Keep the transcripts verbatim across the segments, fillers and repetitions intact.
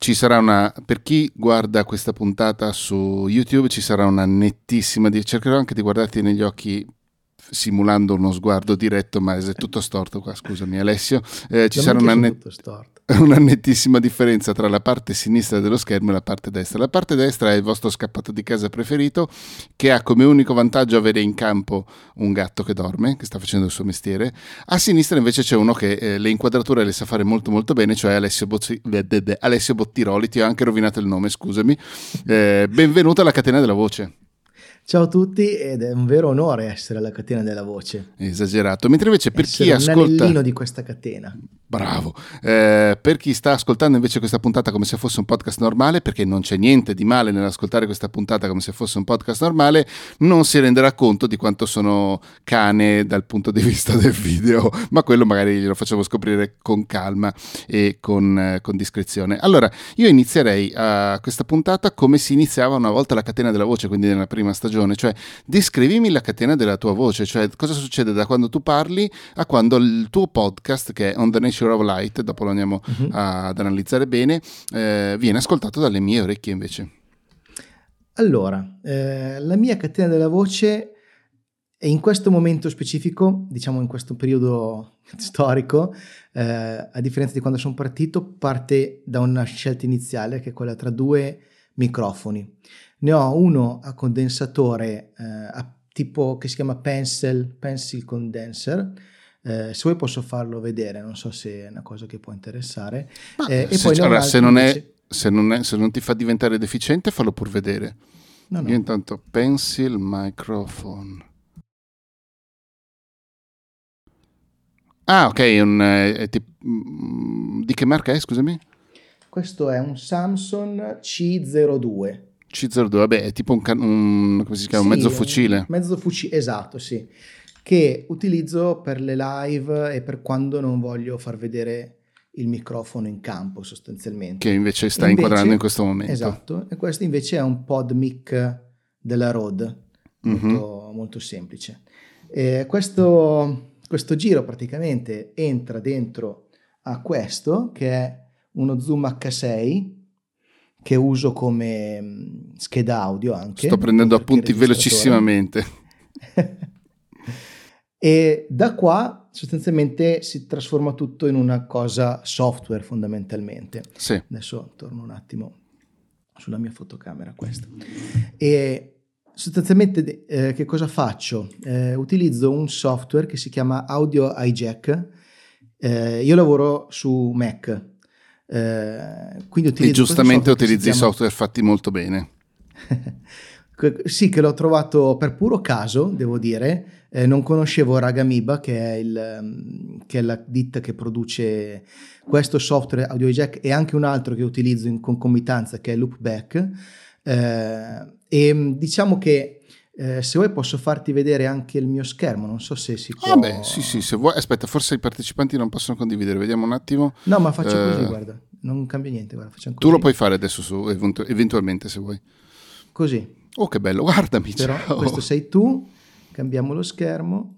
ci sarà una, per chi guarda questa puntata su YouTube, ci sarà una nettissima, di, cercherò anche di guardarti negli occhi simulando uno sguardo diretto, ma è tutto storto qua, scusami Alessio, eh, ci sarà una, net, una nettissima differenza tra la parte sinistra dello schermo e la parte destra. La parte destra è il vostro scappato di casa preferito, che ha come unico vantaggio avere in campo un gatto che dorme, che sta facendo il suo mestiere. A sinistra invece c'è uno che eh, le inquadrature le sa fare molto molto bene, cioè Alessio, Bozzi, Alessio Bottiroli. Ti ho anche rovinato il nome, scusami. Eh, benvenuto alla Catena della Voce. Ciao a tutti, ed è un vero onore essere alla Catena della Voce. Esagerato. Mentre invece per essere chi ascolta... un anellino di questa catena. Bravo. Eh, per chi sta ascoltando invece questa puntata come se fosse un podcast normale, perché non c'è niente di male nell'ascoltare questa puntata come se fosse un podcast normale, non si renderà conto di quanto sono cane dal punto di vista del video, ma quello magari glielo facciamo scoprire con calma e con, eh, con discrezione. Allora, io inizierei a questa puntata come si iniziava una volta la Catena della Voce, quindi nella prima stagione, cioè descrivimi la catena della tua voce, cioè cosa succede da quando tu parli a quando il tuo podcast, che è On the Nature of Light, dopo lo andiamo uh-huh. a, ad analizzare bene, eh, viene ascoltato dalle mie orecchie invece. Allora, eh, la mia catena della voce è in questo momento specifico, diciamo in questo periodo storico, eh, a differenza di quando sono partito, parte da una scelta iniziale che è quella tra due microfoni. Ne ho uno a condensatore eh, a tipo che si chiama Pencil, Pencil Condenser. Eh, se vuoi posso farlo vedere, non so se è una cosa che può interessare. Eh, e poi allora, se, non invece... è, se, non è, se non ti fa diventare deficiente, fallo pur vedere. No, no. Io intanto Pencil Microphone. Ah, ok, è un, è tipo, di che marca è, scusami? Questo è un Samsung C zero due. C zero due, vabbè, è tipo un, can- un come si chiama, sì, un mezzo fucile. Un mezzo fucile, esatto, sì. Che utilizzo per le live e per quando non voglio far vedere il microfono in campo sostanzialmente. Che invece sta invece, inquadrando in questo momento. Esatto, e questo invece è un PodMic della Rode, molto, uh-huh. molto semplice. E questo, questo giro praticamente entra dentro a questo, che è uno Zoom H sei, che uso come scheda audio anche. Sto prendendo appunti velocissimamente. E da qua sostanzialmente si trasforma tutto in una cosa software fondamentalmente. Sì. Adesso torno un attimo sulla mia fotocamera questa. E sostanzialmente eh, che cosa faccio? Eh, utilizzo un software che si chiama Audio Hijack. Eh, io lavoro su Mac. Eh, quindi utilizzo e giustamente utilizzi chiama... software fatti molto bene. Sì, che l'ho trovato per puro caso, devo dire. Eh, non conoscevo Ragamiba, che è, il, che è la ditta che produce questo software Audio Hijack, e anche un altro che utilizzo in concomitanza, che è Loopback. Eh, e diciamo che eh, se vuoi posso farti vedere anche il mio schermo, non so se si può... Ah beh, sì, sì, se vuoi. Aspetta, forse i partecipanti non possono condividere, vediamo un attimo. No, ma faccio eh... così, guarda, non cambia niente, guarda, facciamo così. Tu lo puoi fare adesso su, eventualmente se vuoi. Così. Oh, che bello, guardami. Però ciao. Questo sei tu, cambiamo lo schermo.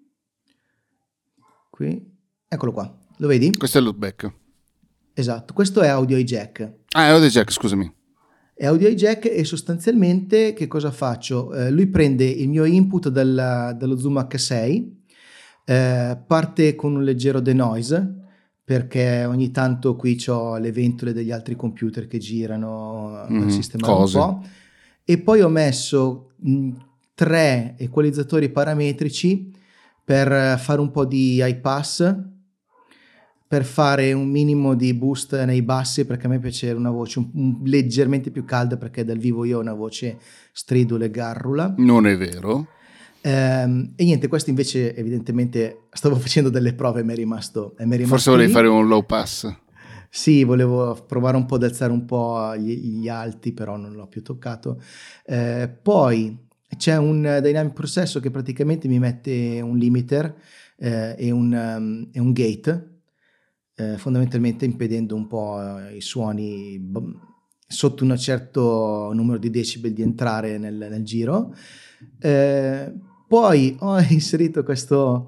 Qui, eccolo qua, lo vedi? Questo è il loopback. Esatto, questo è Audio Hijack. Ah, è Audio Hijack, scusami. È Audio Hijack e sostanzialmente che cosa faccio? Eh, lui prende il mio input dalla, dallo Zoom H sei, eh, parte con un leggero denoise, perché ogni tanto qui ho le ventole degli altri computer che girano mm, per sistemare cose. un po'. E poi ho messo mh, tre equalizzatori parametrici per fare un po' di high pass, per fare un minimo di boost nei bassi, perché a me piace una voce un, un, leggermente più calda, perché dal vivo io ho una voce stridule, garrula. Non è vero? Ehm, e niente, questo invece evidentemente stavo facendo delle prove e mi è rimasto, e mi è rimasto Forse volevi lì. fare un low pass. Sì, volevo provare un po' ad alzare un po' gli, gli alti, però non l'ho più toccato. Eh, poi c'è un dynamic processor che praticamente mi mette un limiter eh, e, un, um, e un gate, eh, fondamentalmente impedendo un po' i suoni b- sotto un certo numero di decibel di entrare nel, nel giro. Eh, poi ho inserito questo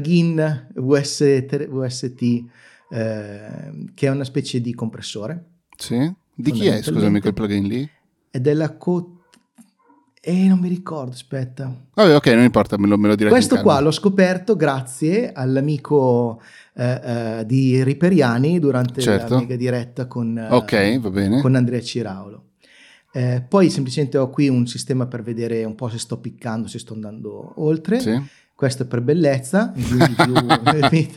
plugin U S T, U S T Eh, che è una specie di compressore. Sì? Di chi è, scusami, quel plugin lì? È della Co... Eh, non mi ricordo, aspetta. Vabbè, ok, non importa, me lo, me lo direi. Questo qua l'ho scoperto grazie all'amico eh, eh, di Riperiani durante certo. la mega diretta con, eh, okay, va bene. con Andrea Ciraulo. Eh, poi semplicemente ho qui un sistema per vedere un po' se sto piccando, se sto andando oltre. Sì. Questo è per bellezza, in più, in più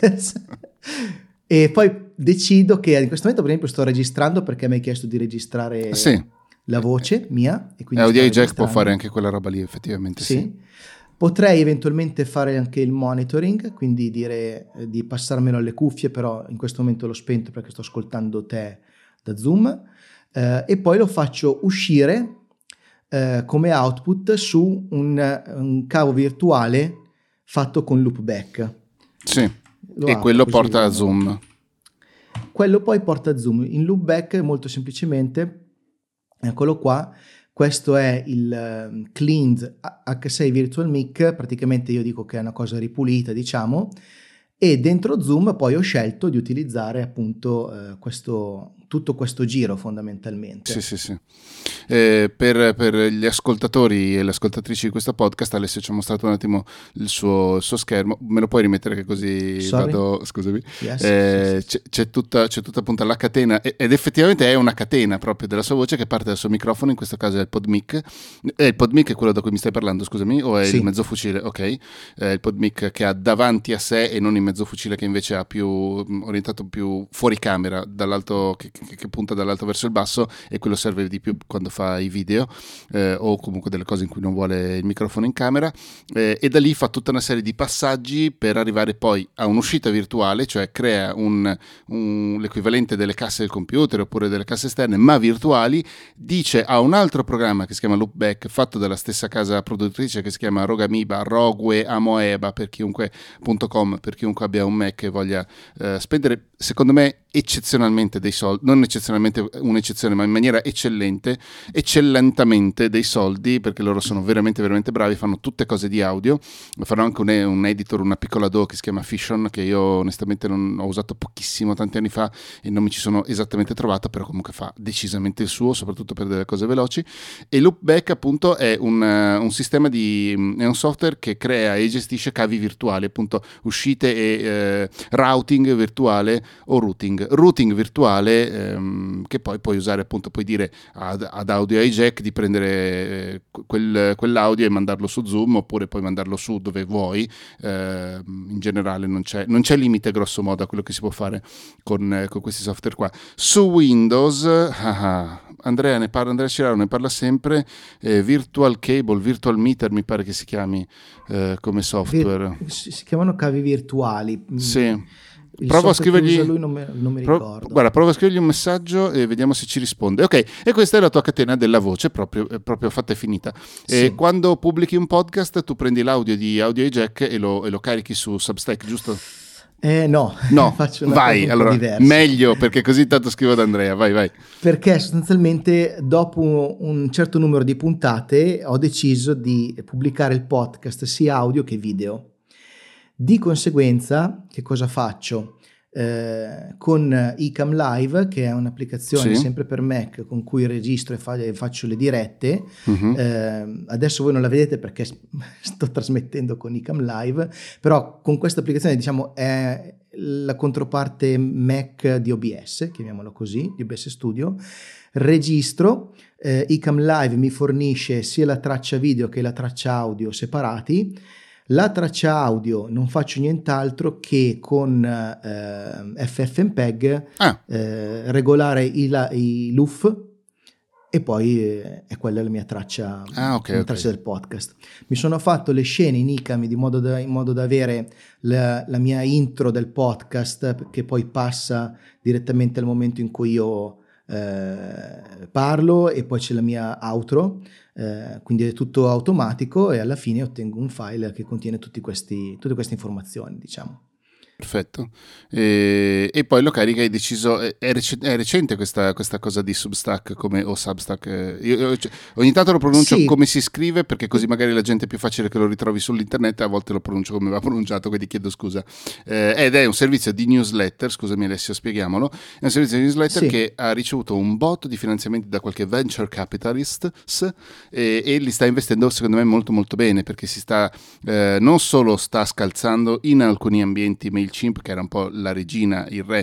e poi decido che in questo momento per esempio sto registrando perché mi hai chiesto di registrare sì. la voce mia e quindi Audio Jack può fare anche quella roba lì, effettivamente. Sì. sì. Potrei eventualmente fare anche il monitoring, quindi dire eh, di passarmelo alle cuffie, però in questo momento l'ho spento perché sto ascoltando te da Zoom, eh, e poi lo faccio uscire eh, come output su un, un cavo virtuale fatto con loopback. Sì, lo e quello così, porta a Zoom. Quello poi porta a Zoom. In loopback molto semplicemente, eccolo qua, questo è il uh, cleaned H sei Virtual Mic, praticamente io dico che è una cosa ripulita, diciamo, e dentro Zoom poi ho scelto di utilizzare appunto uh, questo, tutto questo giro fondamentalmente. Sì, sì, sì. Eh, per, per gli ascoltatori e le ascoltatrici di questo podcast, Alessio ci ha mostrato un attimo il suo, il suo schermo. Me lo puoi rimettere che così Sorry? vado, scusami. Yes, eh, sì, sì. C'è, c'è, tutta, c'è tutta appunto la catena, ed effettivamente è una catena proprio della sua voce che parte dal suo microfono, in questo caso è il PodMic. Eh, il PodMic è quello da cui mi stai parlando, scusami, o è sì. il mezzofucile? Ok, eh, il PodMic che ha davanti a sé e non il mezzofucile che invece ha più orientato più fuori camera, dall'alto, che, che, che punta dall'alto verso il basso, e quello serve di più quando fa i video eh, o comunque delle cose in cui non vuole il microfono in camera, eh, e da lì fa tutta una serie di passaggi per arrivare poi a un'uscita virtuale, cioè crea un, un, l'equivalente delle casse del computer oppure delle casse esterne ma virtuali, dice a un altro programma che si chiama Loopback, fatto dalla stessa casa produttrice che si chiama Rogamiba, Rogue Amoeba per chiunque punto com, per chiunque abbia un Mac e voglia eh, spendere secondo me eccezionalmente dei soldi, non eccezionalmente un'eccezione ma in maniera eccellente, eccellentemente dei soldi, perché loro sono veramente veramente bravi, fanno tutte cose di audio, fanno anche un, un editor, una piccola D A W che si chiama Fission, che io onestamente non ho usato pochissimo tanti anni fa e non mi ci sono esattamente trovata, però comunque fa decisamente il suo, soprattutto per delle cose veloci. E Loopback appunto è un, un sistema di è un software che crea e gestisce cavi virtuali, appunto uscite e eh, routing virtuale o routing routing virtuale, ehm, che poi puoi usare, appunto puoi dire ad, ad Audio Jack di prendere eh, quel, quell'audio e mandarlo su Zoom, oppure puoi mandarlo su dove vuoi. Eh, in generale non c'è, non c'è limite grosso modo a quello che si può fare con, eh, con questi software qua. Su Windows ah, Andrea ne parla, Andrea Ciraro ne parla sempre, eh, Virtual Cable, Virtual Meter mi pare che si chiami eh, come software. Vir- si chiamano cavi virtuali. Sì. Il prova a scrivergli lui non, me, non mi prova, ricordo. Guarda, prova a scrivergli un messaggio e vediamo se ci risponde. Ok, e questa è la tua catena della voce, proprio, proprio fatta e finita. Sì. E quando pubblichi un podcast tu prendi l'audio di Audio Jack e lo, e lo carichi su Substack, giusto? Eh no, no. Faccio una vai, cosa un allora, po' diversa. Meglio, perché così tanto scrivo ad Andrea, vai vai. Perché sostanzialmente dopo un certo numero di puntate ho deciso di pubblicare il podcast sia audio che video. Di conseguenza, che cosa faccio? Eh, con iCam Live, che è un'applicazione sì. sempre per Mac con cui registro e, fa- e faccio le dirette, uh-huh. eh, adesso voi non la vedete perché sto trasmettendo con iCam Live, però con questa applicazione, diciamo, è la controparte Mac di O B S, chiamiamolo così, di O B S Studio. Registro, eh, iCam Live mi fornisce sia la traccia video che la traccia audio separati. La traccia audio non faccio nient'altro che con eh, F F M P E G ah. eh, regolare i, la, i L U F e poi eh, è quella la mia traccia, ah, okay, la okay. traccia del podcast. Mi sono fatto le scene in iCam di modo da, in modo da avere la, la mia intro del podcast che poi passa direttamente al momento in cui io eh, parlo, e poi c'è la mia outro. Eh, quindi è tutto automatico e alla fine ottengo un file che contiene tutti questi, tutte queste informazioni, diciamo. Perfetto. E, e poi lo carica, hai deciso, è, è rec- è recente questa, questa cosa di Substack come, o Substack? eh, Io, io- cioè, ogni tanto lo pronuncio Sì, come si scrive perché così magari la gente è più facile che lo ritrovi sull'internet, a volte lo pronuncio come va pronunciato, quindi chiedo scusa. Eh, ed è un servizio di newsletter, scusami Alessio, spieghiamolo, è un servizio di newsletter sì. che ha ricevuto un botto di finanziamenti da qualche venture capitalist e, e li sta investendo secondo me molto molto bene, perché si sta eh, non solo sta scalzando in alcuni ambienti MailChimp, che era un po' la regina, il re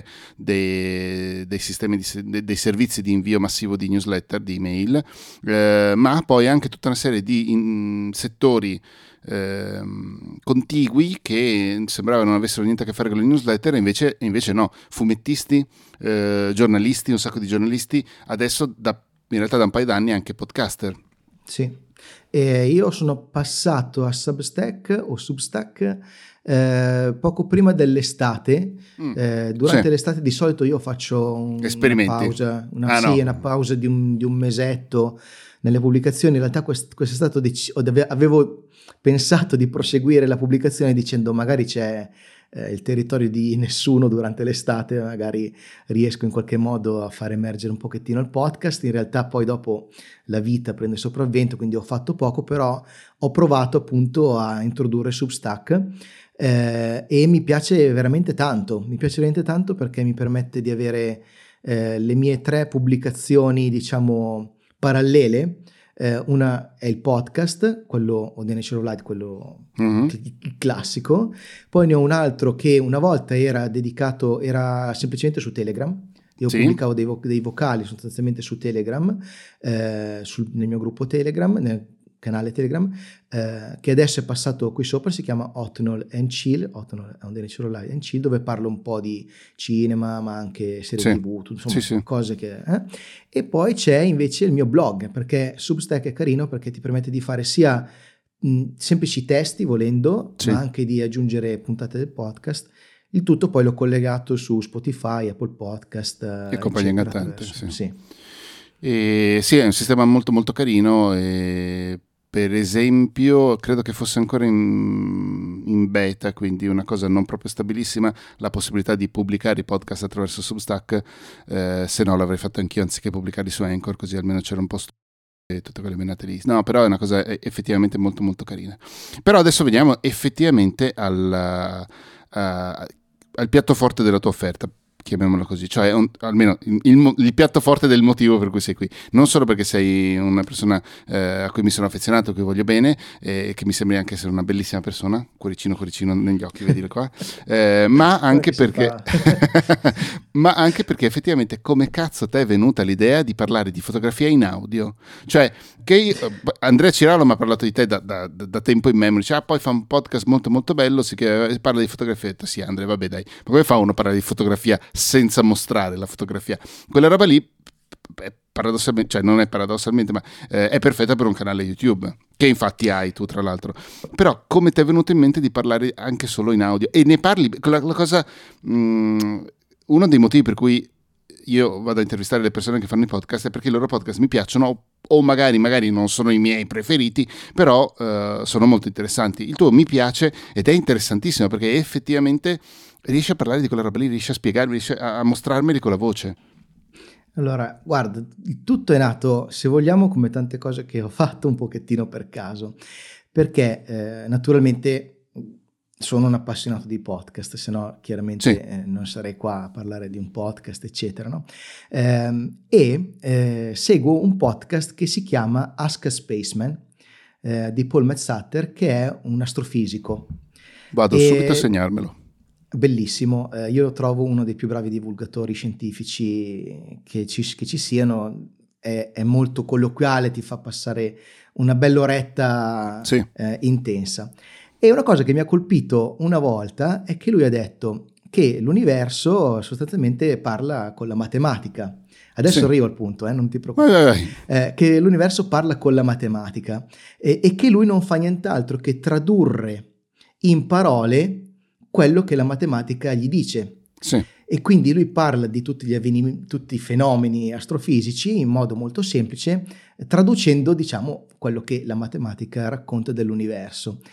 dei, dei sistemi di, dei servizi di invio massivo di newsletter, di email, eh, ma poi anche tutta una serie di in, settori eh, contigui che sembrava non avessero niente a che fare con le newsletter, e invece, invece no, fumettisti, eh, giornalisti, un sacco di giornalisti, adesso da, in realtà da un paio d'anni anche podcaster. Sì, e io sono passato a Substack o Substack eh, poco prima dell'estate. Mm, Eh, sì, durante l'estate di solito io faccio un- una esperimenti. pausa, una, Ah sì, no, una pausa di un, di un mesetto nelle pubblicazioni. In realtà quest- quest'estate ho dec- ho deve- avevo pensato di proseguire la pubblicazione dicendo magari c'è eh, il territorio di nessuno durante l'estate, magari riesco in qualche modo a far emergere un pochettino il podcast. In realtà poi dopo la vita prende sopravvento, quindi ho fatto poco, però ho provato appunto a introdurre Substack eh, e mi piace veramente tanto, mi piace veramente tanto perché mi permette di avere eh, le mie tre pubblicazioni, diciamo, parallele. Eh, una è il podcast, quello o The Natural Light, quello mm-hmm. cl- classico. Poi ne ho un altro che una volta era dedicato, era semplicemente su Telegram. Io Sì. pubblicavo dei, vo- dei vocali sostanzialmente su Telegram, eh, sul- nel mio gruppo Telegram, nel canale Telegram, eh, che adesso è passato qui sopra, si chiama Autumnal and Chill, Autumnal and the Natural Light and Chill, dove parlo un po' di cinema, ma anche serie Sì. tivù, insomma, Sì, sì. cose che... Eh? E poi c'è invece il mio blog, perché Substack è carino perché ti permette di fare sia mh, semplici testi, volendo, Sì. ma anche di aggiungere puntate del podcast. Il tutto poi l'ho collegato su Spotify, Apple Podcast E compagnia eccetera, cantante, attraverso- sì. sì. E, sì, è un sistema molto molto carino e per esempio credo che fosse ancora in, in beta, quindi una cosa non proprio stabilissima, la possibilità di pubblicare i podcast attraverso Substack, eh, se no l'avrei fatto anch'io anziché pubblicarli su Anchor, così almeno c'era un posto e tutte quelle menate lì. No, però è una cosa effettivamente molto molto carina. Però adesso veniamo effettivamente al, uh, al piatto forte della tua offerta, chiamiamolo così, cioè un, almeno il, il, il piatto forte del motivo per cui sei qui, non solo perché sei una persona eh, a cui mi sono affezionato, a cui voglio bene, e eh, che mi sembri anche essere una bellissima persona, cuoricino cuoricino negli occhi, vedilo qua, eh, ma anche perché ma anche perché effettivamente come cazzo ti è venuta l'idea di parlare di fotografia in audio? Cioè che io, Andrea Ciralo mi ha parlato di te da, da, da tempo in memoria, dice, ah, poi fa un podcast molto molto bello, si che parla di fotografia. Sì, Andrea, vabbè dai, ma come fa uno a parlare di fotografia senza mostrare la fotografia? Quella roba lì è paradossalmente, cioè non è paradossalmente, ma eh, è perfetta per un canale YouTube, che infatti hai tu tra l'altro. Però come ti è venuto in mente di parlare anche solo in audio? E ne parli, la, la cosa, mh, uno dei motivi per cui io vado a intervistare le persone che fanno i podcast è perché i loro podcast mi piacciono, o magari, magari non sono i miei preferiti, però uh, sono molto interessanti. Il tuo mi piace ed è interessantissimo perché effettivamente riesci a parlare di quella roba lì, riesci a spiegarmi, riesci a mostrarmeli con la voce. Allora, guarda, il tutto è nato, se vogliamo, come tante cose che ho fatto un pochettino per caso, perché eh, naturalmente sono un appassionato di podcast, se no chiaramente sì. eh, non sarei qua a parlare di un podcast, eccetera, no? Ehm, e eh, seguo un podcast che si chiama Ask a Spaceman eh, di Paul Metzatter, che è un astrofisico. Vado e... subito a segnarmelo. Bellissimo, eh, io lo trovo uno dei più bravi divulgatori scientifici che ci, che ci siano, è, è molto colloquiale, ti fa passare una bella oretta sì. eh, intensa. E una cosa che mi ha colpito una volta è che lui ha detto che l'universo sostanzialmente parla con la matematica. Adesso sì. arrivo al punto, eh, non ti preoccupare. Vai, vai. Eh, che l'universo parla con la matematica e, e che lui non fa nient'altro che tradurre in parole quello che la matematica gli dice. Sì. E quindi lui parla di tutti gli avvenimenti, tutti i fenomeni astrofisici in modo molto semplice, traducendo, diciamo, quello che la matematica racconta dell'universo.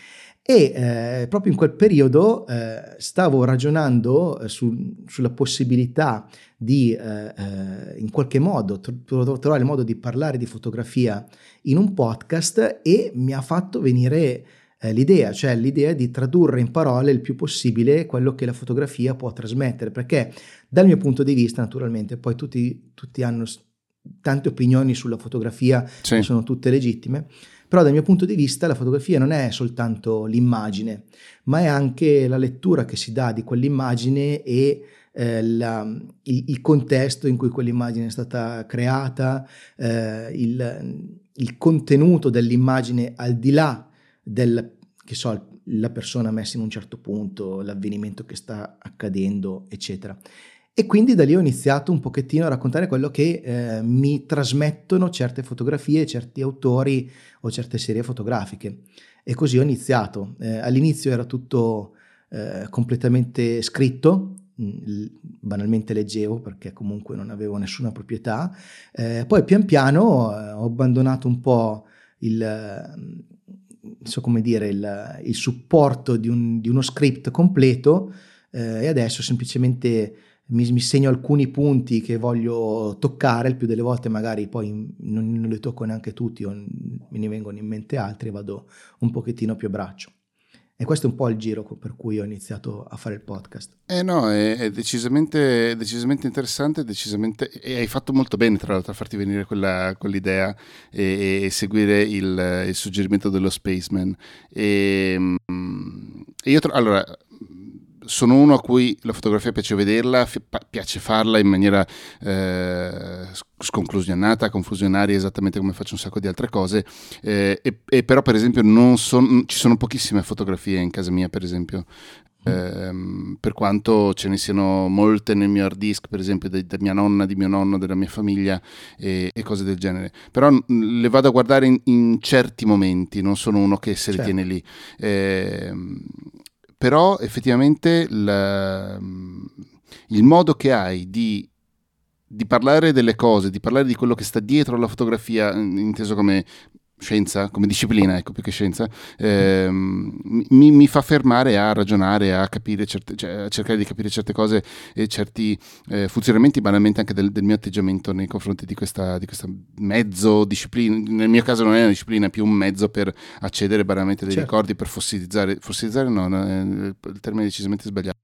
E eh, proprio in quel periodo eh, stavo ragionando eh, su, sulla possibilità di eh, eh, in qualche modo tro- trovare il modo di parlare di fotografia in un podcast, e mi ha fatto venire eh, l'idea, cioè l'idea di tradurre in parole il più possibile quello che la fotografia può trasmettere, perché dal mio punto di vista, naturalmente, poi tutti, tutti hanno s- tante opinioni sulla fotografia, Sì. e sono tutte legittime. Però dal mio punto di vista la fotografia non è soltanto l'immagine, ma è anche la lettura che si dà di quell'immagine e eh, la, il, il contesto in cui quell'immagine è stata creata, eh, il, il contenuto dell'immagine al di là del, che so, la persona messa in un certo punto, l'avvenimento che sta accadendo, eccetera. E quindi da lì ho iniziato un pochettino a raccontare quello che eh, mi trasmettono certe fotografie, certi autori o certe serie fotografiche. E così ho iniziato. Eh, all'inizio era tutto eh, completamente scritto, mh, banalmente leggevo perché comunque non avevo nessuna proprietà. Eh, poi pian piano eh, ho abbandonato un po' il, non so come dire, il, il supporto di, un, di uno script completo, eh, e adesso semplicemente mi, mi segno alcuni punti che voglio toccare, il più delle volte magari poi non, non li tocco neanche tutti o me ne vengono in mente altri, vado un pochettino più a braccio. E questo è un po' il giro per cui ho iniziato a fare il podcast. Eh no, è, è decisamente, decisamente interessante, decisamente, e hai fatto molto bene tra l'altro a farti venire quella, quell'idea e, e seguire il, il suggerimento dello Spaceman. E, mm, e io, tro- allora, sono uno a cui la fotografia piace vederla, fi- pa- piace farla in maniera eh, sconclusionata, confusionaria, esattamente come faccio un sacco di altre cose, eh, e, e però per esempio non son- ci sono pochissime fotografie in casa mia, per esempio. Ehm, per quanto ce ne siano molte nel mio hard disk, per esempio di mia nonna, di mio nonno, della mia famiglia e, e cose del genere, però mh, le vado a guardare in, in certi momenti, non sono uno che se le Certo. tiene lì. Ehm, però effettivamente la- il modo che hai di di parlare delle cose, di parlare di quello che sta dietro alla fotografia, inteso come scienza, come disciplina, ecco, più che scienza, ehm, mi, mi fa fermare a ragionare, a capire certe, cioè a cercare di capire certe cose e certi eh, funzionamenti banalmente anche del, del mio atteggiamento nei confronti di questa, di questa mezzo disciplina. Nel mio caso non è una disciplina, è più un mezzo per accedere banalmente a dei Certo. ricordi, per fossilizzare, fossilizzare no, no, è- il termine è decisamente sbagliato.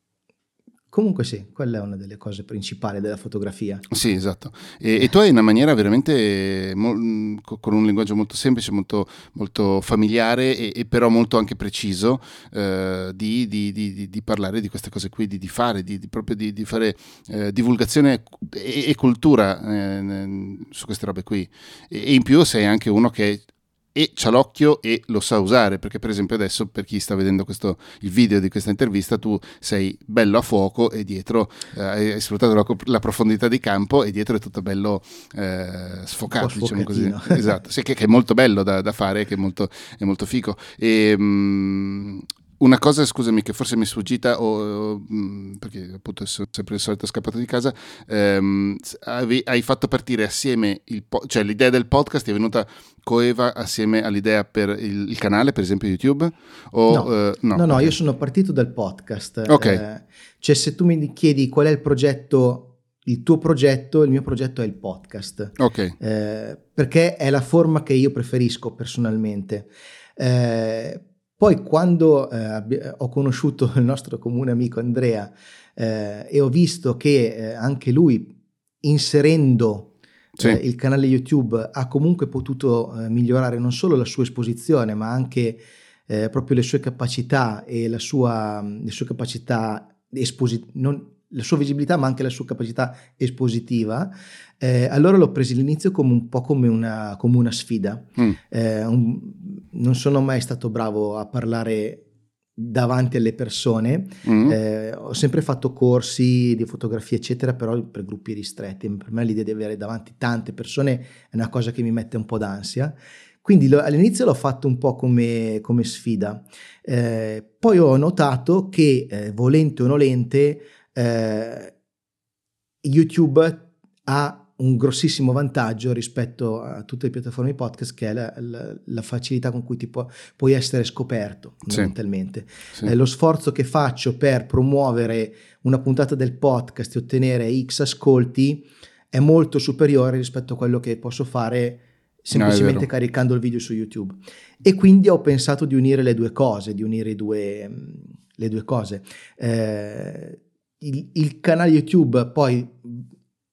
Comunque sì, quella è una delle cose principali della fotografia. Sì, esatto. E, e tu hai una maniera veramente mo- mh, co- con un linguaggio molto semplice, molto, molto familiare e, e però molto anche preciso eh, di, di- di- di- di parlare di queste cose qui, di, di fare, di, di proprio di, di fare eh, divulgazione e, e cultura eh, n- su queste robe qui. E, e in più sei anche uno che e c'ha l'occhio e lo sa usare, perché per esempio adesso per chi sta vedendo questo, il video di questa intervista, tu sei bello a fuoco e dietro eh, hai sfruttato la, la profondità di campo e dietro è tutto bello eh, Un po' sfocato, diciamo così. sfocatino. Esatto, sì, che, che è molto bello da, da fare, che è molto, è molto figo. E, mh, una cosa, scusami, che forse mi è sfuggita, o, mh, perché appunto sono sempre il solito scappato di casa, ehm, hai, hai fatto partire assieme, il po- cioè l'idea del podcast è venuta coeva assieme all'idea per il, il canale, per esempio YouTube? O, No, eh, no, no, no, io ok. sono partito dal podcast. Ok, Eh, cioè, se tu mi chiedi qual è il progetto, il tuo progetto, il mio progetto è il podcast, ok, eh, perché è la forma che io preferisco personalmente. Eh, poi quando eh, abbi- ho conosciuto il nostro comune amico Andrea eh, e ho visto che eh, anche lui, inserendo eh, sì, il canale YouTube, ha comunque potuto eh, migliorare non solo la sua esposizione, ma anche eh, proprio le sue capacità e la sua, le sue capacità esposi- non, la sua visibilità, ma anche la sua capacità espositiva, eh, allora l'ho preso all'inizio come un po' come una, come una sfida. mm, Eh, un- non sono mai stato bravo a parlare davanti alle persone, mm, eh, ho sempre fatto corsi di fotografia eccetera, però per gruppi ristretti. Per me l'idea di avere davanti tante persone è una cosa che mi mette un po' d'ansia, quindi lo- all'inizio l'ho fatto un po' come, come sfida. Eh, poi ho notato che eh, volente o nolente eh, YouTube ha un grossissimo vantaggio rispetto a tutte le piattaforme di podcast, che è la, la, la facilità con cui ti può, puoi essere scoperto fondamentalmente. Sì, sì. Eh, lo sforzo che faccio per promuovere una puntata del podcast e ottenere X ascolti è molto superiore rispetto a quello che posso fare semplicemente no, caricando il video su YouTube. E quindi ho pensato di unire le due cose, di unire i due, le due cose. Eh, il, il canale YouTube poi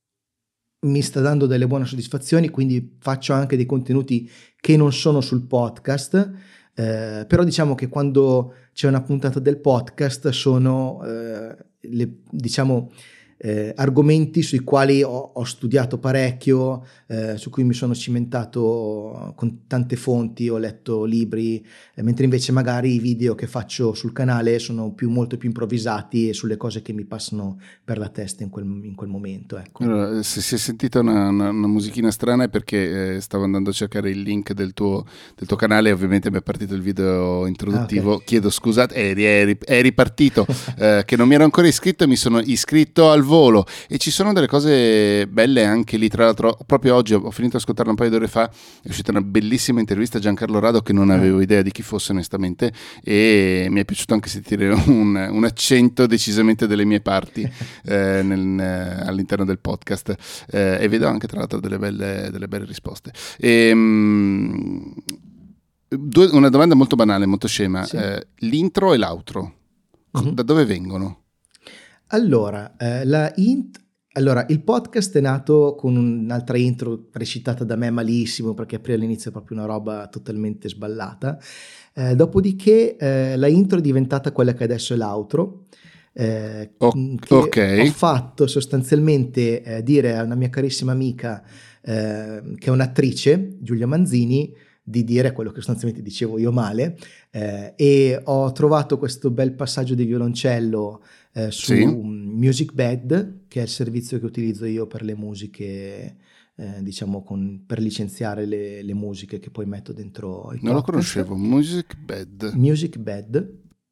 mi sta dando delle buone soddisfazioni, quindi faccio anche dei contenuti che non sono sul podcast, eh, però diciamo che quando c'è una puntata del podcast sono eh, le, diciamo eh, argomenti sui quali ho, ho studiato parecchio, eh, su cui mi sono cimentato con tante fonti, ho letto libri, eh, mentre invece magari i video che faccio sul canale sono più, molto più improvvisati e sulle cose che mi passano per la testa in quel, in quel momento. Ecco. Allora, se si è sentita una, una, una musichina strana è perché eh, stavo andando a cercare il link del tuo, del tuo canale e ovviamente mi è partito il video introduttivo. Ah, okay. Chiedo scusate, eri, eri, è ripartito, eh, che non mi ero ancora iscritto e mi sono iscritto al volo, e ci sono delle cose belle anche lì. Tra l'altro proprio oggi ho finito di ascoltarla un paio d'ore fa, è uscita una bellissima intervista a Giancarlo Rado che non avevo idea di chi fosse onestamente, e mi è piaciuto anche sentire un, un accento decisamente delle mie parti eh, nel, all'interno del podcast, eh, e vedo anche tra l'altro delle belle, delle belle risposte. E, um, due, una domanda molto banale, molto scema, sì. eh, l'intro e l'outro mm-hmm. da dove vengono? Allora, eh, la int- allora, il podcast è nato con un'altra intro recitata da me malissimo, perché prima all'inizio è proprio una roba totalmente sballata, eh, dopodiché eh, la intro è diventata quella che adesso è l'outro, eh, o- che okay. ho fatto sostanzialmente eh, dire a una mia carissima amica eh, che è un'attrice, Giulia Manzini, di dire quello che sostanzialmente dicevo io male, eh, e ho trovato questo bel passaggio di violoncello eh, su sì. MusicBed, che è il servizio che utilizzo io per le musiche, eh, diciamo con, per licenziare le, le musiche che poi metto dentro il podcast. Non lo conoscevo, MusicBed. MusicBed.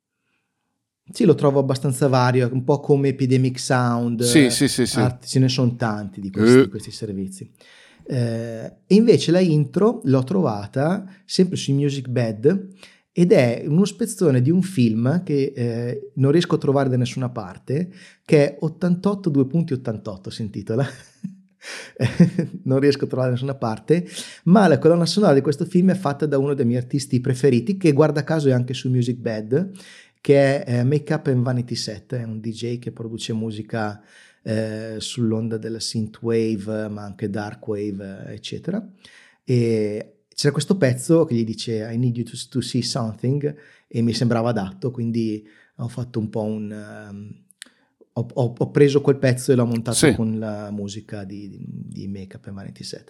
Sì, lo trovo abbastanza vario, un po' come Epidemic Sound, sì, sì, sì, sì. Art, ce ne sono tanti di questi, uh. questi servizi. Eh, e invece la intro l'ho trovata sempre su MusicBed ed è uno spezzone di un film che eh, non riesco a trovare da nessuna parte, che è ottantotto due punti ottantotto, si intitola. Non riesco a trovare da nessuna parte, ma la colonna sonora di questo film è fatta da uno dei miei artisti preferiti, che guarda caso è anche su MusicBed, che è eh, Make Up and Vanity Set, è un D J che produce musica eh, sull'onda della synthwave, ma anche darkwave, eccetera. E c'era questo pezzo che gli dice I need you to, to see something, e mi sembrava adatto, quindi ho fatto un po' un... Um, ho, ho, ho preso quel pezzo e l'ho montato sì. con la musica di, di, di Make Up and Vanity Set.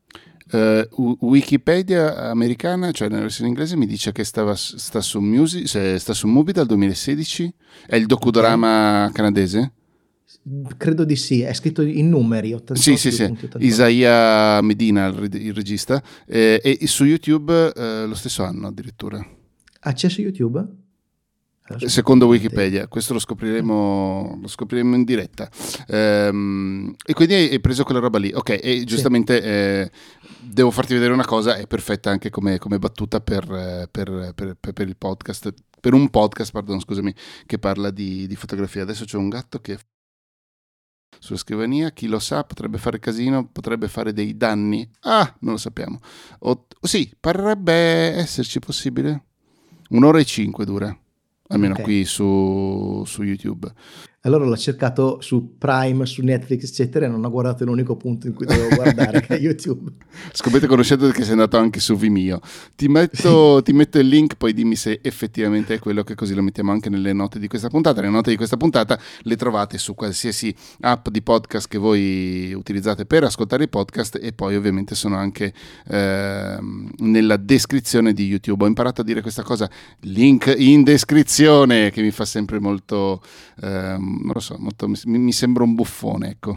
Uh, Wikipedia americana, cioè nella versione inglese, mi dice che stava, sta su Music, sta su Mubi dal duemilasedici. È il docudorama okay. canadese? Credo di sì, è scritto in numeri. ottantotto, sì, sì, sì. Isaiah Medina, il, il regista, eh, e su YouTube eh, lo stesso anno addirittura. Ah, c'è su YouTube? Secondo Wikipedia, questo lo scopriremo, lo scopriremo in diretta. Ehm, e quindi hai preso quella roba lì, ok? E giustamente sì. eh, devo farti vedere una cosa, è perfetta anche come, come battuta per, per, per, per il podcast, per un podcast, pardon, scusami, che parla di, di fotografia. Adesso c'è un gatto che sulla scrivania, chi lo sa, potrebbe fare casino, potrebbe fare dei danni. Ah, non lo sappiamo. O, sì, parrebbe esserci possibile. Un'ora e cinque dura. Almeno okay. qui su, su YouTube. Allora l'ho cercato su Prime, su Netflix, eccetera, e non ho guardato l'unico punto in cui dovevo guardare, che è YouTube. Scoprete conoscendo che sei andato anche su Vimeo. Ti metto, sì. ti metto il link, poi dimmi se effettivamente è quello, che così lo mettiamo anche nelle note di questa puntata. Le note di questa puntata le trovate su qualsiasi app di podcast che voi utilizzate per ascoltare i podcast, e poi ovviamente sono anche eh, nella descrizione di YouTube. Ho imparato a dire questa cosa, link in descrizione, che mi fa sempre molto... Eh, non lo so, molto, mi, mi sembra un buffone, ecco.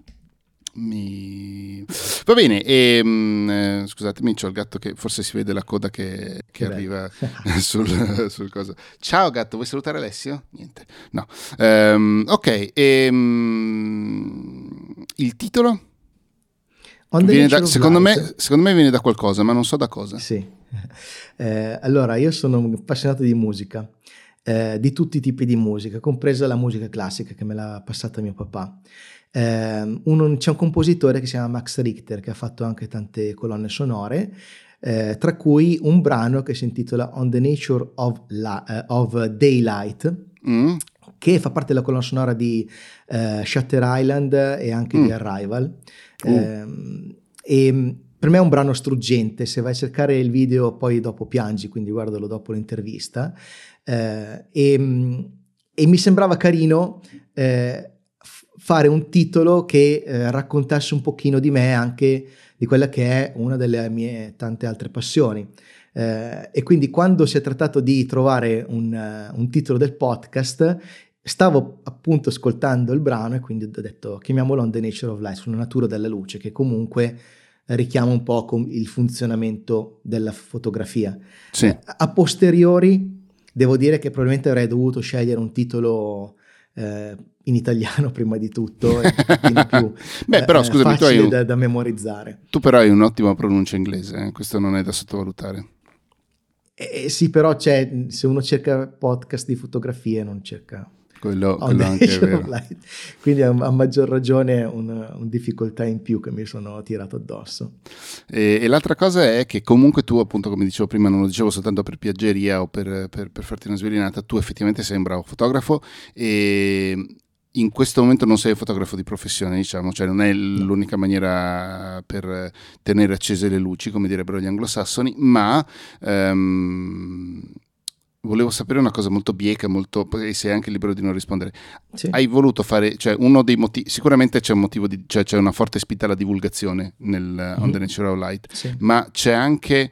Mi... Va bene, e, um, scusatemi, c'ho il gatto che forse si vede la coda che, che arriva sul, sul coso. Ciao gatto, vuoi salutare Alessio? Niente, no. Um, ok, e, um, il titolo? On the Viene Nature da, of secondo, Light. me, secondo me viene da qualcosa, ma non so da cosa. Sì. Eh, allora, io sono un appassionato di musica, eh, di tutti i tipi di musica, compresa la musica classica che me l'ha passata mio papà. Eh, uno, c'è un compositore che si chiama Max Richter che ha fatto anche tante colonne sonore, eh, tra cui un brano che si intitola On the Nature of, La- eh, of Daylight, Mm? che fa parte della colonna sonora di eh, Shutter Island e anche Mm. di Arrival. Uh. Ehm, e per me è un brano struggente, se vai a cercare il video poi dopo piangi, quindi guardalo dopo l'intervista. Eh, e, e mi sembrava carino eh, f- fare un titolo che eh, raccontasse un pochino di me, anche di quella che è una delle mie tante altre passioni. Eh, e quindi quando si è trattato di trovare un, uh, un titolo del podcast, stavo appunto ascoltando il brano e quindi ho detto chiamiamolo On the Nature of Light, sulla natura della luce, che comunque richiama un po' com- il funzionamento della fotografia. Sì. Eh, a posteriori devo dire che probabilmente avrei dovuto scegliere un titolo eh, in italiano prima di tutto, e un pochino più Beh, però, eh, scusami, tu hai facile un... da, da memorizzare. Tu però hai un'ottima pronuncia inglese, eh? Questo non è da sottovalutare. Eh, sì, però c'è, se uno cerca podcast di fotografie non cerca Quello, On quello the anche è Nature of vero. Light. Quindi a, a maggior ragione una, un difficoltà in più che mi sono tirato addosso. E, e l'altra cosa è che comunque tu, appunto, come dicevo prima, non lo dicevo soltanto per piaggeria o per, per, per farti una sviolinata, tu effettivamente sei un bravo fotografo e in questo momento non sei un fotografo di professione, diciamo, cioè non è No. l'unica maniera per tenere accese le luci, come direbbero gli anglosassoni, ma um, volevo sapere una cosa molto bieca, molto, e sei anche libero di non rispondere. Sì. Hai voluto fare, cioè uno dei motivi, sicuramente c'è un motivo di, cioè c'è una forte spinta alla divulgazione nel mm-hmm. On the Nature of Light, sì. ma c'è anche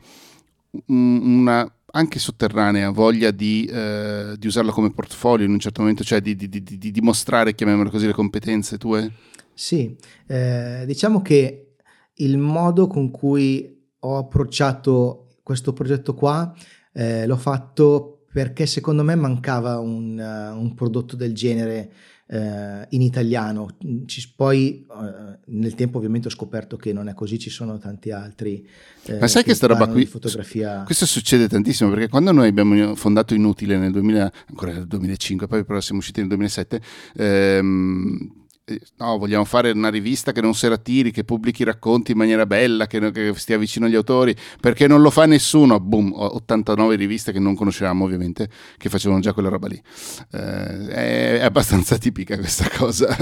una anche sotterranea voglia di, eh, di usarla come portfolio in un certo momento, cioè di, di, di, di dimostrare, chiamiamolo così, le competenze tue? Sì, eh, diciamo che il modo con cui ho approcciato questo progetto qua eh, l'ho fatto perché secondo me mancava un, uh, un prodotto del genere uh, in italiano. Ci, poi uh, nel tempo ovviamente ho scoperto che non è così, ci sono tanti altri uh, ma sai che sta roba qui, fotografia. Questo succede tantissimo, perché quando noi abbiamo fondato Inutile nel duemila, ancora nel duemilacinque, poi però siamo usciti nel duemilasette, ehm, no, vogliamo fare una rivista che non si rattiri, che pubblichi racconti in maniera bella, che, che stia vicino agli autori, perché non lo fa nessuno. Boom, ottantanove riviste che non conoscevamo ovviamente, che facevano già quella roba lì. Eh, è, è abbastanza tipica questa cosa.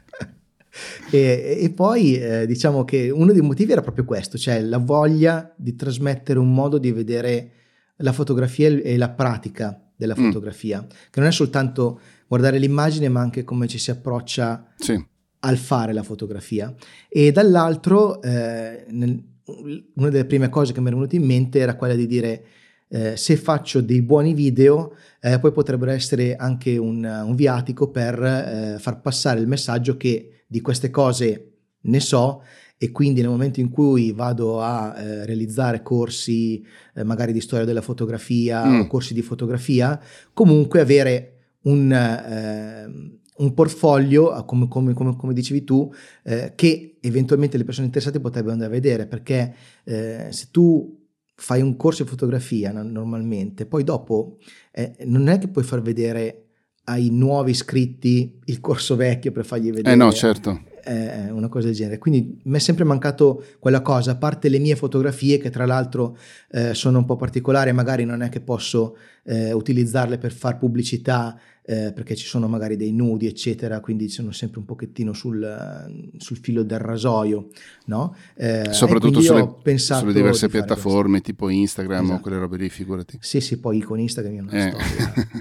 E, e poi eh, diciamo che uno dei motivi era proprio questo, cioè la voglia di trasmettere un modo di vedere la fotografia e la pratica della fotografia, mm. che non è soltanto guardare l'immagine, ma anche come ci si approccia sì. al fare la fotografia. E dall'altro, eh, nel, una delle prime cose che mi è venuta in mente era quella di dire eh, se faccio dei buoni video, eh, poi potrebbero essere anche un, un viatico per eh, far passare il messaggio che di queste cose ne so, e quindi nel momento in cui vado a eh, realizzare corsi eh, magari di storia della fotografia mm. o corsi di fotografia, comunque avere un, eh, un portfolio, come, come, come, come dicevi tu, eh, che eventualmente le persone interessate potrebbero andare a vedere, perché eh, se tu fai un corso di fotografia normalmente, poi dopo eh, non è che puoi far vedere ai nuovi iscritti il corso vecchio per fargli vedere. Eh no, certo. Eh, una cosa del genere. Quindi mi è sempre mancato quella cosa, a parte le mie fotografie che tra l'altro eh, sono un po' particolari, magari non è che posso eh, utilizzarle per far pubblicità eh, perché ci sono magari dei nudi eccetera, quindi sono sempre un pochettino sul, sul filo del rasoio, no? Eh, soprattutto sulle, pensato sulle diverse di piattaforme tipo Instagram, esatto. o quelle robe lì, figurati. Sì sì, poi con Instagram io non eh. sto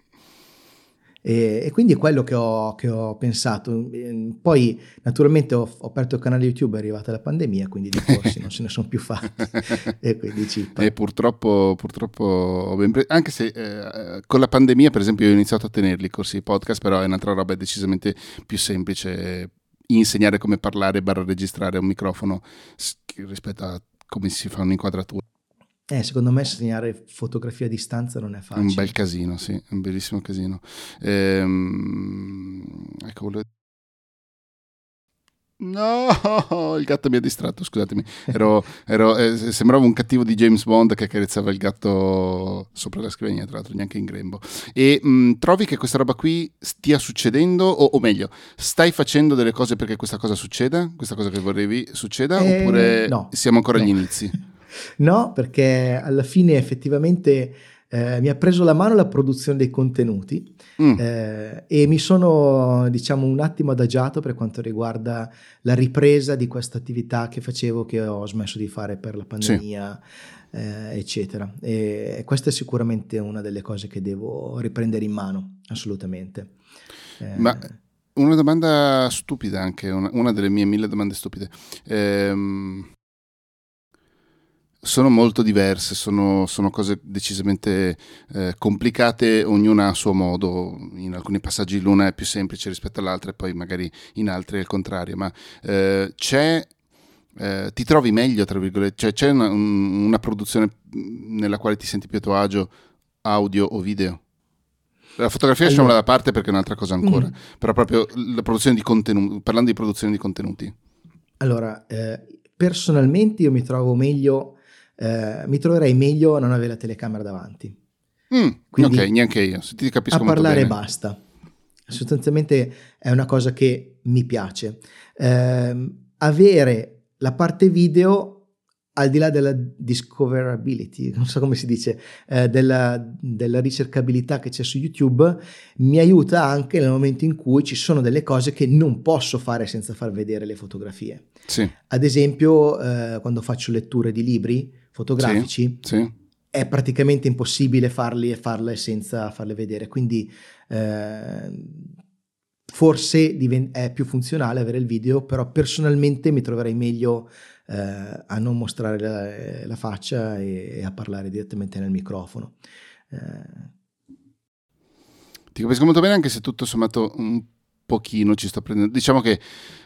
E, e quindi è quello che ho, che ho pensato. Poi naturalmente ho, ho aperto il canale YouTube, è arrivata la pandemia, quindi di corsi non se ne sono più fatti e quindi cippa. E purtroppo, purtroppo ho ben pre- anche se eh, con la pandemia per esempio io ho iniziato a tenerli i corsi di podcast, però è un'altra roba, è decisamente più semplice insegnare come parlare barra registrare un microfono rispetto a come si fa un'inquadratura. Eh, secondo me insegnare fotografia a distanza non è facile. Un bel casino, sì, un bellissimo casino. Ehm, ecco, volevo... No, il gatto mi ha distratto, scusatemi. Ero, ero, eh, sembrava un cattivo di James Bond che accarezzava il gatto sopra la scrivania, tra l'altro neanche in grembo. E mh, trovi che questa roba qui stia succedendo, o, o meglio, stai facendo delle cose perché questa cosa succeda? Questa cosa che vorrevi succeda? Eh, oppure no, siamo ancora no. agli inizi? No, perché alla fine effettivamente eh, mi ha preso la mano la produzione dei contenuti Mm, eh, e mi sono, diciamo, un attimo adagiato per quanto riguarda la ripresa di questa attività che facevo, che ho smesso di fare per la sì. pandemia, eh, eccetera. E questa è sicuramente una delle cose che devo riprendere in mano, assolutamente. Ma Eh, una domanda stupida anche, una, una delle mie mille domande stupide. Ehm, sono molto diverse, sono, sono cose decisamente eh, complicate, ognuna a suo modo. In alcuni passaggi l'una è più semplice rispetto all'altra e poi magari in altri è il contrario, ma eh, c'è, eh, ti trovi meglio, tra virgolette, cioè c'è una, un- una produzione nella quale ti senti più a tuo agio, audio o video? La fotografia lasciamola allora, da parte perché è un'altra cosa ancora, mm, però proprio la produzione di contenuti, parlando di produzione di contenuti. allora eh, personalmente io mi trovo meglio, eh, mi troverei meglio a non avere la telecamera davanti. Mm, ok, Quindi neanche io, se ti a capisco molto parlare bene. basta. Sostanzialmente è una cosa che mi piace. Ehm, avere la parte video al di là della discoverability, non so come si dice, eh, della, della ricercabilità che c'è su YouTube, mi aiuta anche nel momento in cui ci sono delle cose che non posso fare senza far vedere le fotografie. Sì, Ad esempio, eh, quando faccio letture di libri sì, fotografici, sì. è praticamente impossibile farli e farle senza farle vedere. Quindi eh, forse diven- è più funzionale avere il video, però personalmente mi troverei meglio eh, a non mostrare la, la faccia e, e a parlare direttamente nel microfono. Eh, Ti capisco molto bene anche se tutto sommato un pochino ci sto prendendo. Diciamo che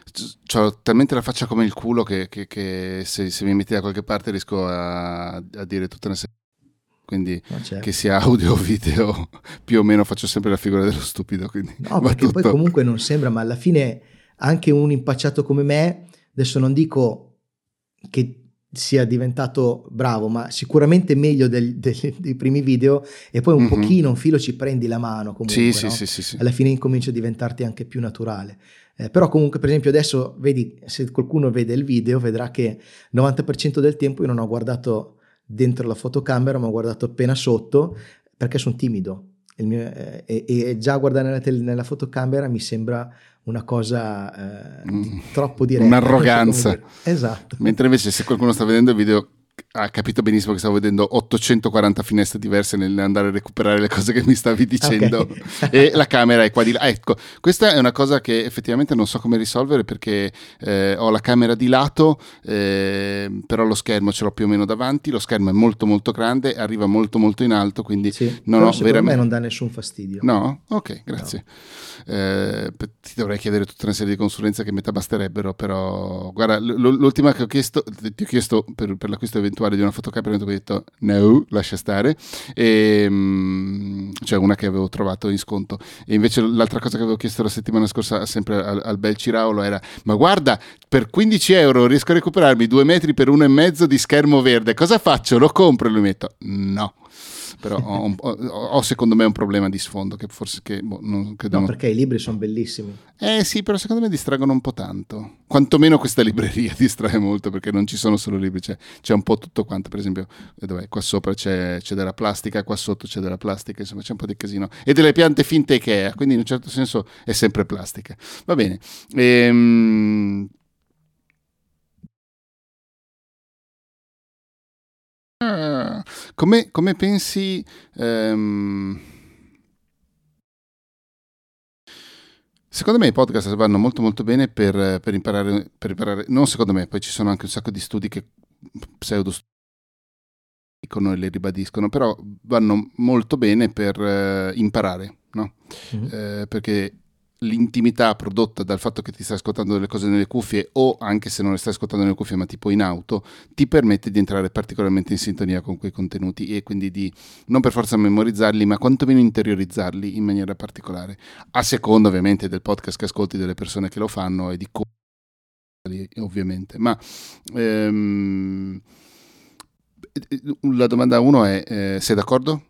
ho talmente la faccia come il culo che, che- che se, se mi metti da qualche parte riesco a, a dire tutta una serie. Quindi no, che certo. sia audio o video, più o meno faccio sempre la figura dello stupido, quindi No, va perché poi tutto. comunque non sembra, ma alla fine anche un impacciato come me, adesso non dico che sia diventato bravo, ma sicuramente meglio del- del- dei primi video, e poi un Mhm. pochino, un filo ci prendi la mano Sì, comunque, sì, no? sì, sì, sì. Alla fine incomincia a diventarti anche più naturale. Eh, però comunque, per esempio, adesso vedi, se qualcuno vede il video, vedrà che il novanta per cento del tempo io non ho guardato dentro la fotocamera, ma ho guardato appena sotto perché sono timido. Il mio- eh, e, e già guardare nella, tele- nella fotocamera mi sembra una cosa eh, di, Mm, troppo diretta, non so come un'arroganza. dire. Esatto. Mentre invece se qualcuno sta vedendo il video ha capito benissimo che stavo vedendo ottocentoquaranta finestre diverse nell'andare a recuperare le cose che mi stavi Ok. dicendo e la camera è qua di là. Ecco, questa è una cosa che effettivamente non so come risolvere perché eh, ho la camera di lato, eh, però lo schermo ce l'ho più o meno davanti, lo schermo è molto molto grande, arriva molto molto in alto, quindi Sì, non però ho secondo me veramente... non dà nessun fastidio. No? Ok, No. grazie. Eh, pe- ti dovrei chiedere tutta una serie di consulenze che metà basterebbero, però guarda, l- l'ultima che ho chiesto, ti ho chiesto per, per l'acquisto eventuale di una fotocamera, mi hai detto no, lascia stare, e, mm, cioè una che avevo trovato in sconto. E invece l'altra cosa che avevo chiesto la settimana scorsa, sempre al, al bel Ciraulo, era ma guarda, per quindici euro riesco a recuperarmi due metri per uno e mezzo di schermo verde, cosa faccio? Lo compro? E lui mi metto no. Però ho, un- ho- ho, secondo me un problema di sfondo che forse che, boh, non, credo No, non... perché i libri sono bellissimi. Eh sì, però secondo me distraggono un po' tanto. Quantomeno questa libreria distrae molto perché non ci sono solo libri, c'è, c'è un po' tutto quanto. Per esempio, eh, dov'è? Qua sopra c'è, c'è della plastica, qua sotto c'è della plastica, insomma c'è un po' di casino. E delle piante finte Ikea, quindi in un certo senso è sempre plastica. Va bene. Ehm... ah, come, come pensi... ehm, Secondo me i podcast vanno molto molto bene per, per imparare, per imparare, non secondo me, poi ci sono anche un sacco di studi che pseudo dicono e le ribadiscono, però vanno molto bene per eh, imparare, no? Mhm. Eh, perché l'intimità prodotta dal fatto che ti stai ascoltando delle cose nelle cuffie o anche se non le stai ascoltando nelle cuffie ma tipo in auto ti permette di entrare particolarmente in sintonia con quei contenuti e quindi di non per forza memorizzarli ma quantomeno interiorizzarli in maniera particolare a seconda ovviamente del podcast che ascolti, delle persone che lo fanno e di come ovviamente, ma ehm, la domanda uno è, eh, sei d'accordo?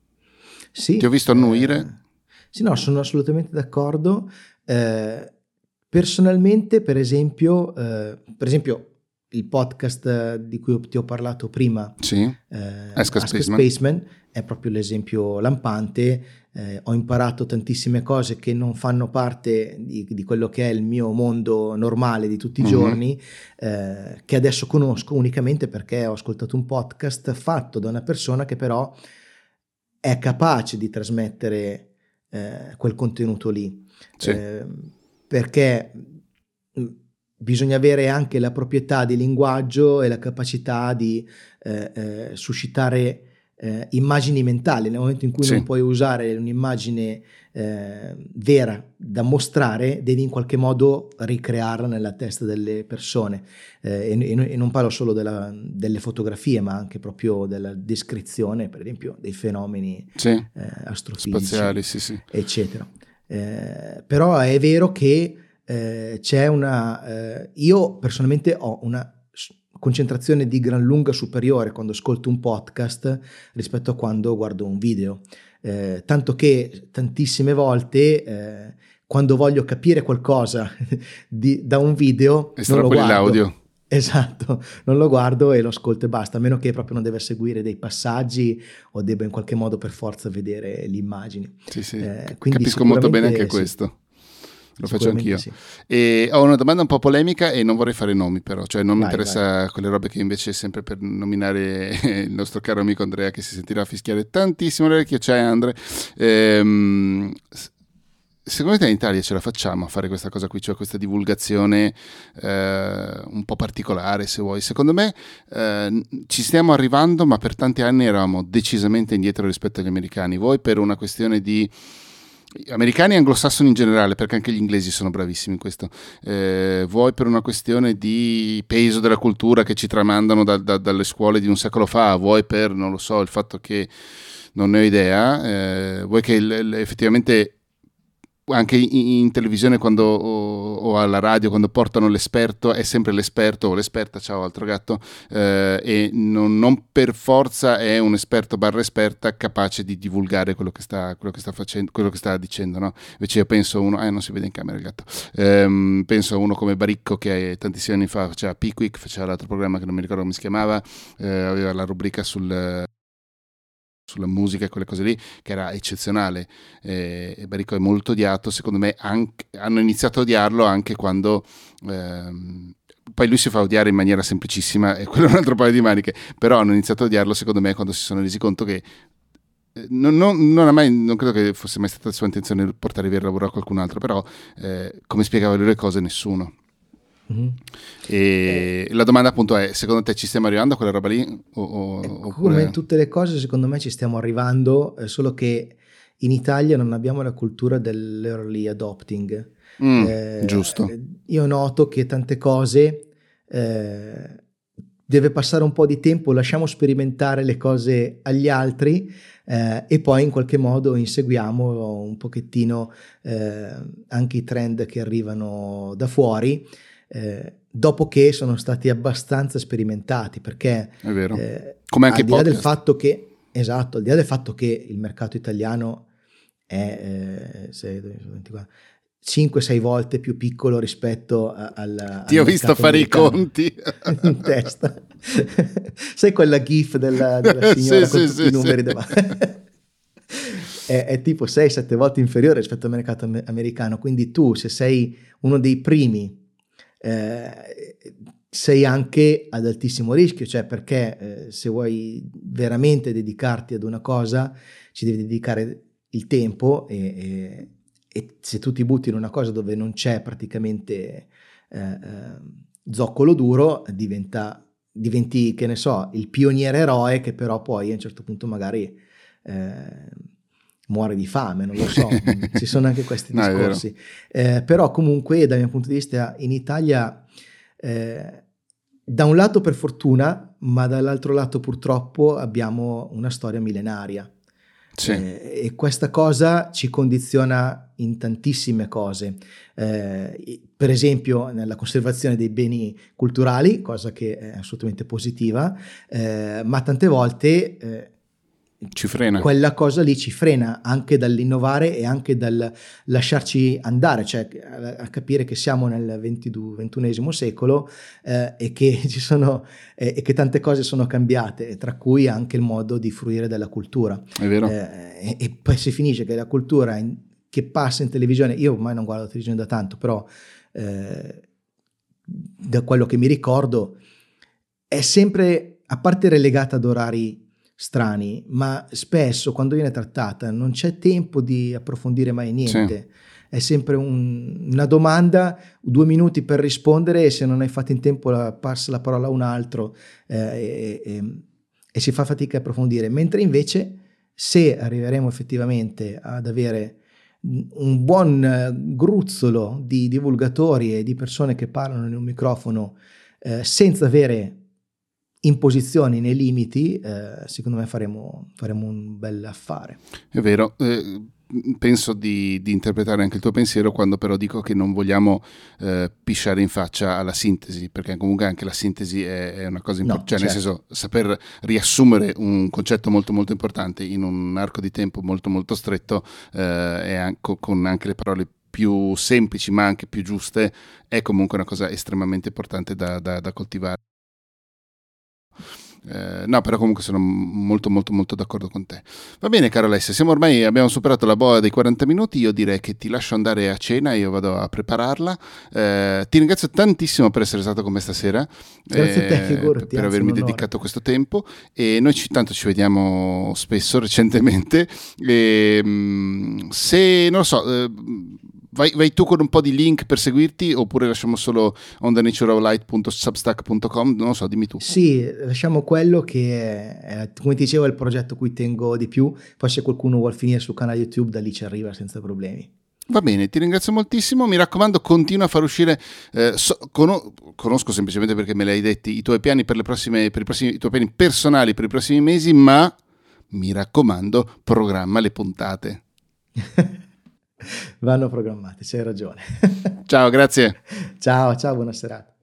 Sì. Ti ho visto annuire. Eh, sì, no, sono assolutamente d'accordo. Eh, personalmente, per esempio, eh, per esempio, il podcast di cui ti ho parlato prima, sì. eh, Ask a Ask a Spaceman. Spaceman, è proprio l'esempio lampante. Eh, ho imparato tantissime cose che non fanno parte di, di quello che è il mio mondo normale di tutti i Mhm. giorni, eh, che adesso conosco unicamente perché ho ascoltato un podcast fatto da una persona che però è capace di trasmettere eh, quel contenuto lì. Sì. Eh, perché mh, bisogna avere anche la proprietà di linguaggio e la capacità di eh, eh, suscitare eh, immagini mentali. Nel momento in cui Sì. non puoi usare un'immagine eh, vera da mostrare, devi in qualche modo ricrearla nella testa delle persone. Eh, e, e non parlo solo della, delle fotografie, ma anche proprio della descrizione, per esempio, dei fenomeni Sì. eh, astrofisici, spaziali, sì, sì. eccetera. Eh, però è vero che eh, c'è una... Eh, io personalmente ho una concentrazione di gran lunga superiore quando ascolto un podcast rispetto a quando guardo un video. Eh, tanto che tantissime volte eh, quando voglio capire qualcosa di, da un video non lo guardo. L'audio. Esatto, non lo guardo e lo ascolto e basta, a meno che proprio non deve seguire dei passaggi o debba in qualche modo per forza vedere le immagini. Sì, sì. Eh, quindi Capisco molto bene anche sì. questo. Lo faccio anch'io. Sì. E ho una domanda un po' polemica e non vorrei fare nomi, però, cioè non vai, mi interessa vai. quelle robe che invece sempre per nominare il nostro caro amico Andrea, che si sentirà fischiare tantissimo l'orecchio. C'è Andre. Ehm, secondo te in Italia ce la facciamo a fare questa cosa qui, cioè questa divulgazione eh, un po' particolare, se vuoi? Secondo me eh, ci stiamo arrivando, ma per tanti anni eravamo decisamente indietro rispetto agli americani. Voi per una questione di americani e anglosassoni in generale, perché anche gli inglesi sono bravissimi in questo, eh, vuoi per una questione di peso della cultura che ci tramandano da, da, dalle scuole di un secolo fa, vuoi per, non lo so, il fatto che non ne ho idea, eh, vuoi che il, il, effettivamente anche in, in televisione quando, o, o alla radio quando portano l'esperto è sempre l'esperto o l'esperta, ciao altro gatto, eh, e non, non per forza è un esperto barra esperta capace di divulgare quello che sta, quello che sta facendo, quello che sta dicendo, no? Invece io penso uno, eh non si vede in camera il gatto, ehm, penso a uno come Baricco che tantissimi anni fa faceva Pickwick, faceva l'altro programma che non mi ricordo come si chiamava, eh, aveva la rubrica sul sulla musica e quelle cose lì, che era eccezionale, eh, e Baricco è molto odiato, secondo me anche, hanno iniziato a odiarlo anche quando ehm, poi lui si fa odiare in maniera semplicissima e quello è un altro paio di maniche, però hanno iniziato a odiarlo secondo me quando si sono resi conto che eh, non, non, non, ha mai, non credo che fosse mai stata sua intenzione portare via il lavoro a qualcun altro, però eh, come spiegava lui le cose nessuno. Mm-hmm. E eh, la domanda appunto è: secondo te ci stiamo arrivando a quella roba lì? O, o, come oppure... in tutte le cose, secondo me ci stiamo arrivando, eh, solo che in Italia non abbiamo la cultura dell'early adopting. Mm, eh, giusto. Io noto che tante cose eh, deve passare un po' di tempo, lasciamo sperimentare le cose agli altri eh, e poi in qualche modo inseguiamo un pochettino eh, anche i trend che arrivano da fuori. Eh, dopo che sono stati abbastanza sperimentati, perché è vero, eh, come anche al di là podcast. del fatto che esatto, al di là del fatto che il mercato italiano è eh, cinque sei volte più piccolo rispetto a, al, ti al ho visto fare americano. I conti in testa. Sai quella gif della, della signora sì, con sì, tutti sì, i numeri sì. davanti? è, è tipo sei sette volte inferiore rispetto al mercato americano, quindi tu se sei uno dei primi Eh, sei anche ad altissimo rischio, cioè perché eh, se vuoi veramente dedicarti ad una cosa ci devi dedicare il tempo e, e, e se tu ti butti in una cosa dove non c'è praticamente eh, eh, zoccolo duro diventa, diventi, che ne so, il pioniere eroe che però poi a un certo punto magari eh, muore di fame, non lo so, ci sono anche questi no, discorsi, eh, però comunque dal mio punto di vista in Italia eh, da un lato per fortuna, ma dall'altro lato purtroppo abbiamo una storia millenaria, Sì. Eh, e questa cosa ci condiziona in tantissime cose. Eh, per esempio nella conservazione dei beni culturali, cosa che è assolutamente positiva, eh, ma tante volte eh, ci frena. Quella cosa lì ci frena anche dall'innovare e anche dal lasciarci andare, cioè a, a capire che siamo nel ventidue, ventunesimo secolo eh, e che ci sono eh, e che tante cose sono cambiate, tra cui anche il modo di fruire della cultura. È vero. Eh, e, e poi si finisce che la cultura in, che passa in televisione, io ormai non guardo la televisione da tanto, però eh, da quello che mi ricordo è sempre, a parte relegata ad orari strani, ma spesso quando viene trattata non c'è tempo di approfondire mai niente. Sì. È sempre un, una domanda, due minuti per rispondere, e se non hai fatto in tempo la, passa la parola a un altro eh, e, e, e si fa fatica a approfondire. Mentre invece, se arriveremo effettivamente ad avere un buon gruzzolo di divulgatori e di persone che parlano in un microfono eh, senza avere imposizioni nei limiti, eh, secondo me faremo, faremo un bel affare. È vero, eh, penso di, di interpretare anche il tuo pensiero quando però dico che non vogliamo eh, pisciare in faccia alla sintesi, perché comunque anche la sintesi è, è una cosa importante, no, cioè certo. Nel senso saper riassumere un concetto molto molto importante in un arco di tempo molto molto stretto eh, e anche, con anche le parole più semplici ma anche più giuste, è comunque una cosa estremamente importante da, da, da coltivare. Eh, no, però comunque sono molto molto molto d'accordo con te. Va bene, caro Alessia, siamo ormai abbiamo superato la boa dei quaranta minuti. Io direi che ti lascio andare a cena, io vado a prepararla. Eh, ti ringrazio tantissimo per essere stato con me stasera. Grazie eh, a te, figurati, per avermi dedicato questo tempo. E noi ci, tanto ci vediamo spesso recentemente. E, se non lo so. Eh, Vai, vai tu con un po' di link per seguirti, oppure lasciamo solo on the nature of light punto substack punto com? Non lo so, dimmi tu. Sì, lasciamo quello che è, come ti dicevo, è il progetto a cui tengo di più. Poi se qualcuno vuol finire sul canale YouTube, da lì ci arriva senza problemi. Va bene, ti ringrazio moltissimo, mi raccomando continua a far uscire, eh, so, con, conosco semplicemente perché me l'hai detti, i tuoi piani per le prossime, per i prossimi, i tuoi piani personali per i prossimi mesi, ma mi raccomando programma le puntate. Vanno programmate, c'hai ragione. Ciao, grazie. Ciao, ciao, buona serata.